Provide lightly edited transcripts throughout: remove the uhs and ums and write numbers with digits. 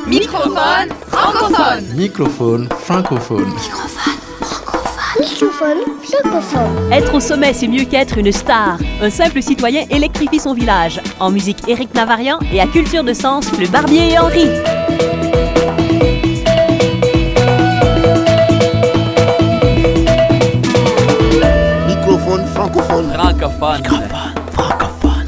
Microphone francophone. Microphone francophone. Microphone francophone. Être au sommet, c'est mieux qu'être une star. Un simple citoyen électrifie son village. En musique, Éric Navarian et à Culture de Sens, le Barbier et Henry. Microphone francophone. Francophone. Microphone francophone.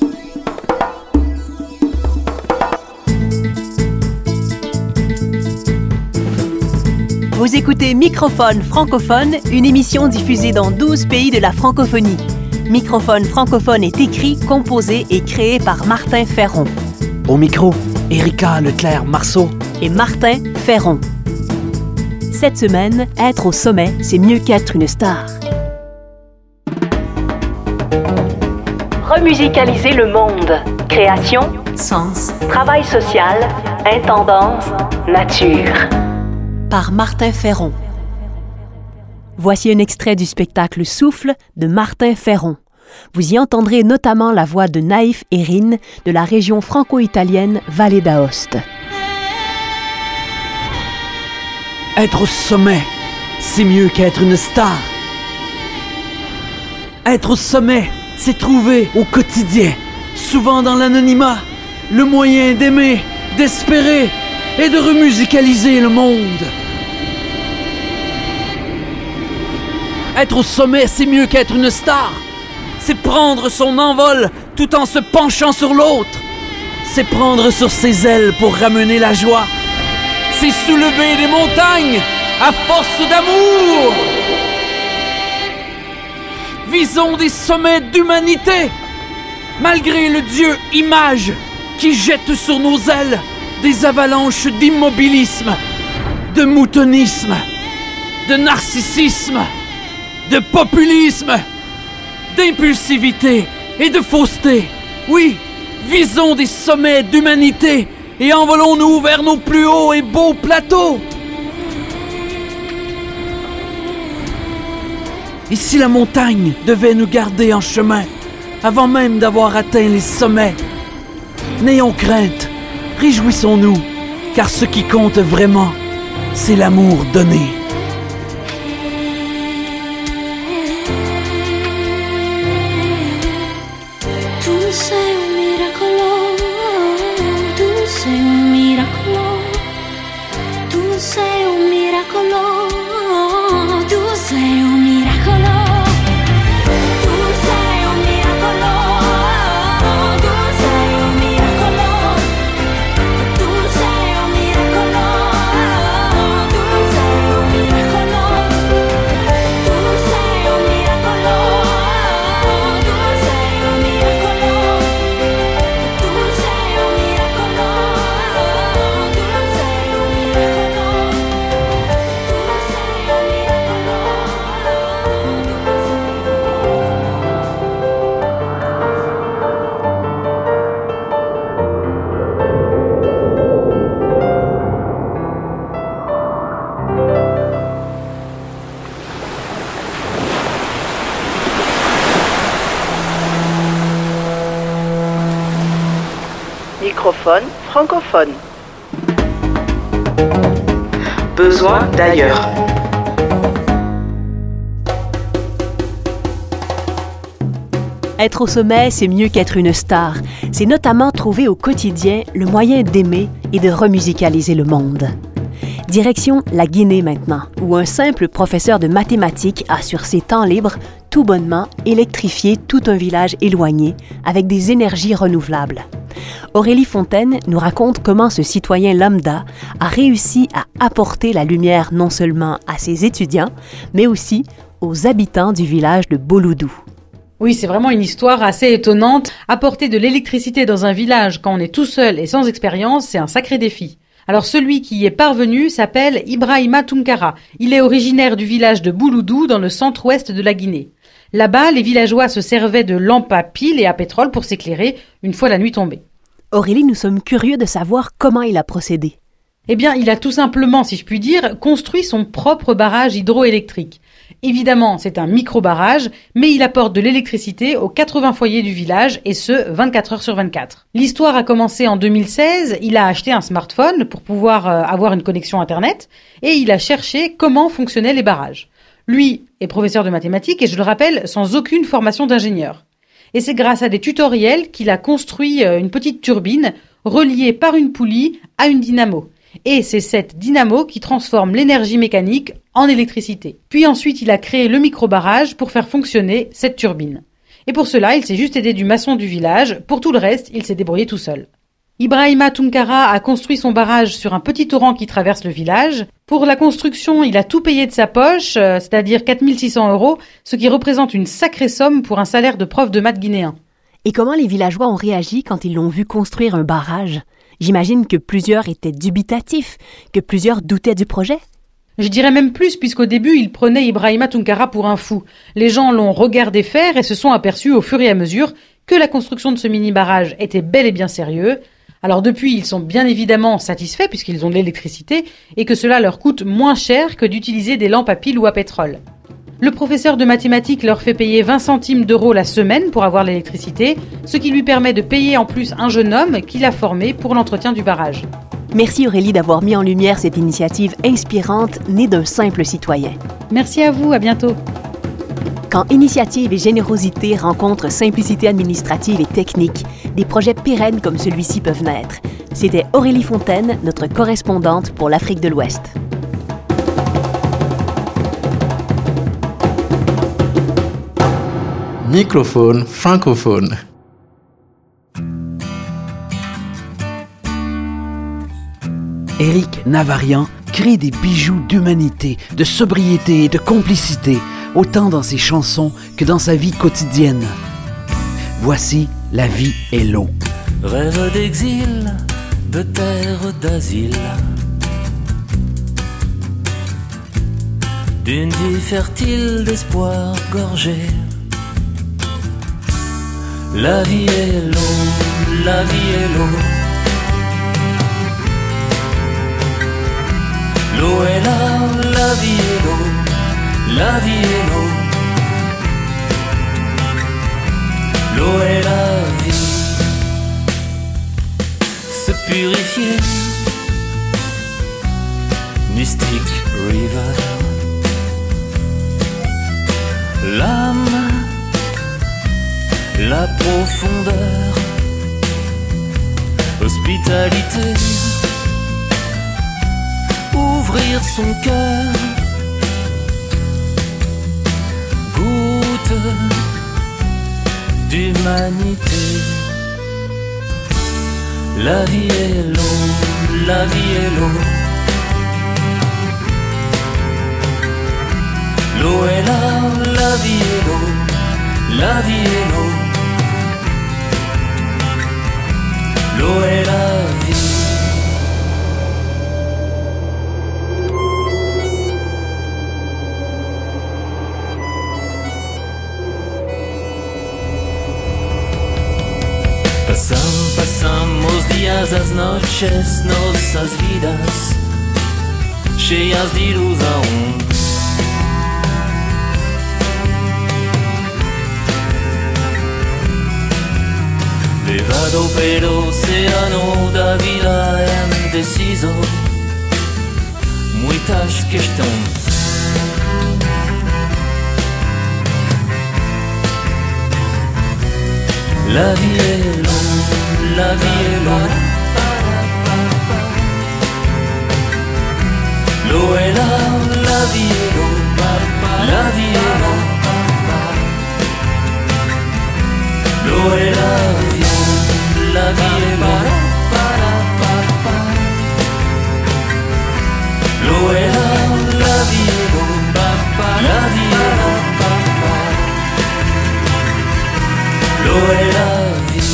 Vous écoutez Microphone francophone, une émission diffusée dans 12 pays de la francophonie. Microphone francophone est écrit, composé et créé par Martin Ferron. Au micro, Erika Leclerc-Marceau Et Martin Ferron. Cette semaine, être au sommet, c'est mieux qu'être une star. Remusicaliser le monde. Création, sens, travail social, intendance, nature. Par Martin Ferron. Voici un extrait du spectacle Souffle de Martin Ferron. Vous y entendrez notamment la voix de Naïf Erin de la région franco-italienne Valle d'Aoste. Être au sommet, c'est mieux qu'être une star. Être au sommet, c'est trouver au quotidien, souvent dans l'anonymat, le moyen d'aimer, d'espérer et de remusicaliser le monde. Être au sommet, c'est mieux qu'être une star. C'est prendre son envol tout en se penchant sur l'autre. C'est prendre sur ses ailes pour ramener la joie. C'est soulever des montagnes à force d'amour. Visons des sommets d'humanité, malgré le dieu image qui jette sur nos ailes des avalanches d'immobilisme, de moutonnisme, de narcissisme, de populisme, d'impulsivité et de fausseté. Oui, visons des sommets d'humanité et envolons-nous vers nos plus hauts et beaux plateaux. Et si la montagne devait nous garder en chemin, avant même d'avoir atteint les sommets, n'ayons crainte, réjouissons-nous, car ce qui compte vraiment, c'est l'amour donné. Microphone francophone. Besoin d'ailleurs. Être au sommet, c'est mieux qu'être une star. C'est notamment trouver au quotidien le moyen d'aimer et de remusicaliser le monde. Direction la Guinée maintenant, où un simple professeur de mathématiques a sur ses temps libres tout bonnement électrifié tout un village éloigné avec des énergies renouvelables. Aurélie Fontaine nous raconte comment ce citoyen lambda a réussi à apporter la lumière non seulement à ses étudiants, mais aussi aux habitants du village de Boloudou. Oui, c'est vraiment une histoire assez étonnante. Apporter de l'électricité dans un village quand on est tout seul et sans expérience, c'est un sacré défi. Alors celui qui y est parvenu s'appelle Ibrahima Tunkara. Il est originaire du village de Bouloudou dans le centre-ouest de la Guinée. Là-bas, les villageois se servaient de lampes à piles et à pétrole pour s'éclairer une fois la nuit tombée. Aurélie, nous sommes curieux de savoir comment il a procédé. Eh bien, il a tout simplement, si je puis dire, construit son propre barrage hydroélectrique. Évidemment, c'est un micro-barrage, mais il apporte de l'électricité aux 80 foyers du village, et ce, 24 heures sur 24. L'histoire a commencé en 2016, il a acheté un smartphone pour pouvoir avoir une connexion Internet, et il a cherché comment fonctionnaient les barrages. Lui est professeur de mathématiques, et je le rappelle, sans aucune formation d'ingénieur. Et c'est grâce à des tutoriels qu'il a construit une petite turbine reliée par une poulie à une dynamo. Et c'est cette dynamo qui transforme l'énergie mécanique en électricité. Puis ensuite, il a créé le micro-barrage pour faire fonctionner cette turbine. Et pour cela, il s'est juste aidé du maçon du village. Pour tout le reste, il s'est débrouillé tout seul. Ibrahima Tunkara a construit son barrage sur un petit torrent qui traverse le village. Pour la construction, il a tout payé de sa poche, c'est-à-dire 4 600 €, ce qui représente une sacrée somme pour un salaire de prof de maths guinéen. Et comment les villageois ont réagi quand ils l'ont vu construire un barrage? J'imagine que plusieurs étaient dubitatifs, que plusieurs doutaient du projet. Je dirais même plus, puisqu'au début, ils prenaient Ibrahima Tunkara pour un fou. Les gens l'ont regardé faire et se sont aperçus au fur et à mesure que la construction de ce mini-barrage était bel et bien sérieux. Alors depuis, ils sont bien évidemment satisfaits puisqu'ils ont de l'électricité et que cela leur coûte moins cher que d'utiliser des lampes à pile ou à pétrole. Le professeur de mathématiques leur fait payer 20 centimes d'euros la semaine pour avoir l'électricité, ce qui lui permet de payer en plus un jeune homme qu'il a formé pour l'entretien du barrage. Merci Aurélie d'avoir mis en lumière cette initiative inspirante née d'un simple citoyen. Merci à vous, à bientôt. Quand initiative et générosité rencontrent simplicité administrative et technique, des projets pérennes comme celui-ci peuvent naître. C'était Aurélie Fontaine, notre correspondante pour l'Afrique de l'Ouest. Microphone francophone. Éric Navarian crée des bijoux d'humanité, de sobriété et de complicité, autant dans ses chansons que dans sa vie quotidienne. Voici La vie est l'eau. Rêve d'exil, de terre d'asile, d'une vie fertile d'espoir gorgé. La vie est l'eau, la vie est l'eau. L'eau est là, la vie est l'eau, la vie est l'eau. L'eau est la vie. Se purifier, Mystic River. L'âme, la profondeur, hospitalité, ouvrir son cœur, goutte d'humanité. La vie est l'eau, la vie est l'eau. L'eau est là, la vie est l'eau, la vie est l'eau. L'eau est la vie. Pasamos días, las noches, nossas vidas cheias de ilusão. Levado pelo oceano da vida indeciso, muitas questões. La vie est l'eau, la vie est l'eau. L'eau est là, la vie est l'eau, la vie est l'eau. L'eau est la vie, la vie est l'eau. L'eau est là, la vie est l'eau, la vie est l'eau. L'eau est la vie.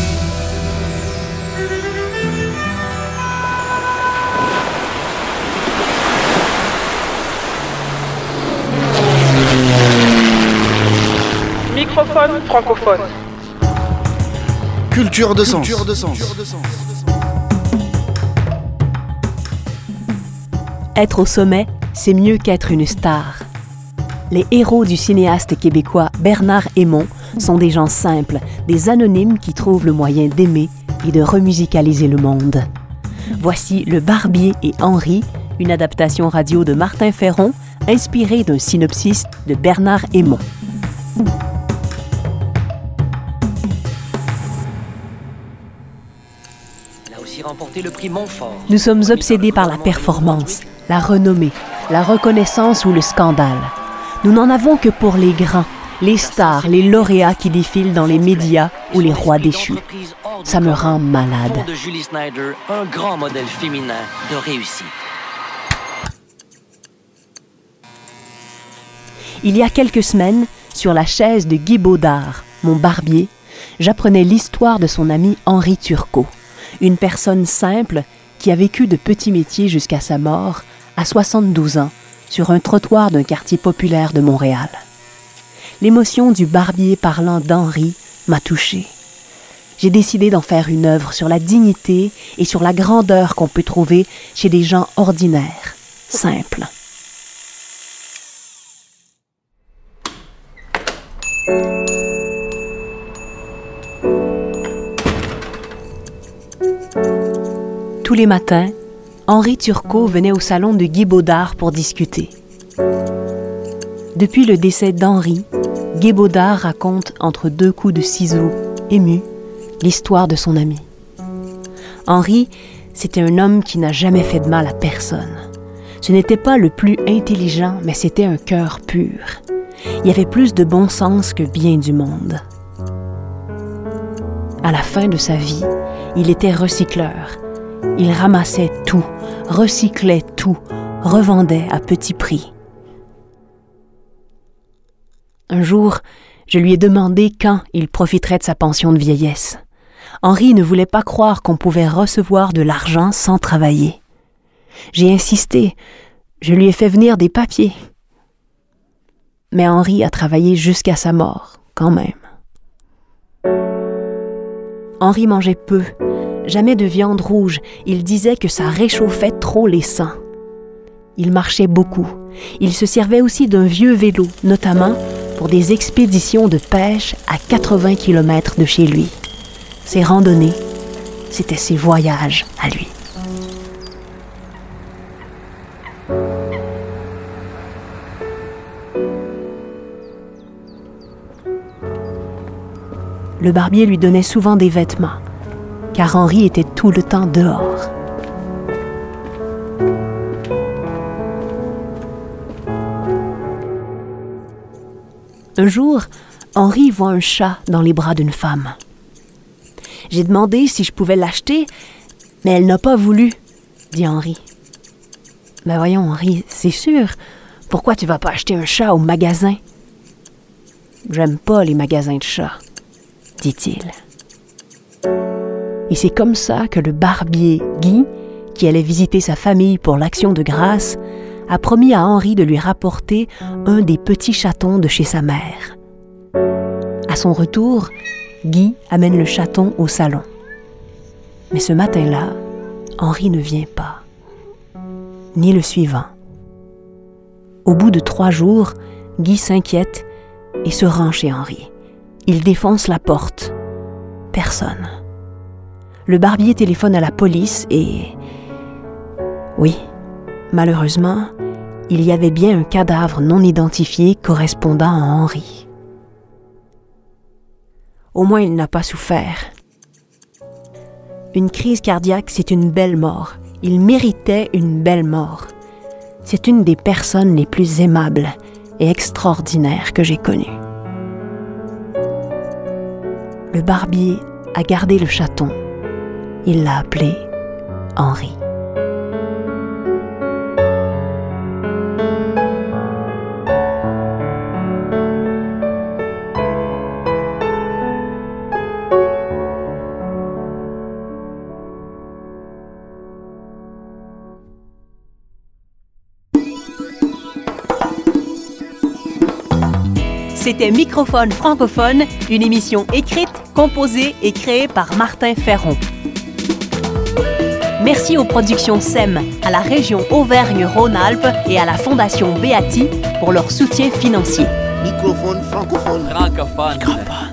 Microphone francophone. Culture de sens. Être au sommet, c'est mieux qu'être une star. Les héros du cinéaste québécois Bernard Hémon sont des gens simples, des anonymes qui trouvent le moyen d'aimer et de remusicaliser le monde. Voici Le Barbier et Henri, une adaptation radio de Martin Ferron, inspirée d'un synopsis de Bernard Hémon. Elle a aussi remporté le prix Montfort. Nous sommes obsédés par la performance, la renommée, la reconnaissance ou le scandale. Nous n'en avons que pour les grands, les stars, les lauréats qui défilent dans les médias ou les rois déchus. Ça me rend malade. De Julie Snyder, un grand modèle féminin de réussite. Il y a quelques semaines, sur la chaise de Guy Baudard, mon barbier, j'apprenais l'histoire de son ami Henri Turcot, une personne simple qui a vécu de petits métiers jusqu'à sa mort, à 72 ans, sur un trottoir d'un quartier populaire de Montréal. L'émotion du barbier parlant d'Henri m'a touchée. J'ai décidé d'en faire une œuvre sur la dignité et sur la grandeur qu'on peut trouver chez des gens ordinaires, simples. Tous les matins, Henri Turcot venait au salon de Guy Baudard pour discuter. Depuis le décès d'Henri, Guy Baudard raconte entre deux coups de ciseaux, ému, l'histoire de son ami. Henri, c'était un homme qui n'a jamais fait de mal à personne. Ce n'était pas le plus intelligent, mais c'était un cœur pur. Il y avait plus de bon sens que bien du monde. À la fin de sa vie, il était recycleur. Il ramassait tout, recyclait tout, revendait à petit prix. Un jour, je lui ai demandé quand il profiterait de sa pension de vieillesse. Henri ne voulait pas croire qu'on pouvait recevoir de l'argent sans travailler. J'ai insisté, je lui ai fait venir des papiers. Mais Henri a travaillé jusqu'à sa mort, quand même. Henri mangeait peu, jamais de viande rouge. Il disait que ça réchauffait trop les sangs. Il marchait beaucoup. Il se servait aussi d'un vieux vélo, notamment pour des expéditions de pêche à 80 km de chez lui. Ses randonnées, c'était ses voyages à lui. Le barbier lui donnait souvent des vêtements, car Henri était tout le temps dehors. Un jour, Henri voit un chat dans les bras d'une femme. J'ai demandé si je pouvais l'acheter, mais elle n'a pas voulu, dit Henri. « Ben voyons, Henri, c'est sûr. Pourquoi tu vas pas acheter un chat au magasin? »« J'aime pas les magasins de chats, » dit-il. Et c'est comme ça que le barbier Guy, qui allait visiter sa famille pour l'Action de grâce, a promis à Henri de lui rapporter un des petits chatons de chez sa mère. À son retour, Guy amène le chaton au salon. Mais ce matin-là, Henri ne vient pas, ni le suivant. Au bout de 3 jours, Guy s'inquiète et se rend chez Henri. Il défonce la porte. Personne. Le barbier téléphone à la police et... Oui, malheureusement, il y avait bien un cadavre non identifié correspondant à Henri. Au moins, il n'a pas souffert. Une crise cardiaque, c'est une belle mort. Il méritait une belle mort. C'est une des personnes les plus aimables et extraordinaires que j'ai connues. Le barbier a gardé le chaton. Il l'a appelé Henri. C'était Microphone francophone, une émission écrite, composée et créée par Martin Ferron. Merci aux productions SEM, à la région Auvergne-Rhône-Alpes et à la Fondation Beati pour leur soutien financier. Microphone francophone. Francophone.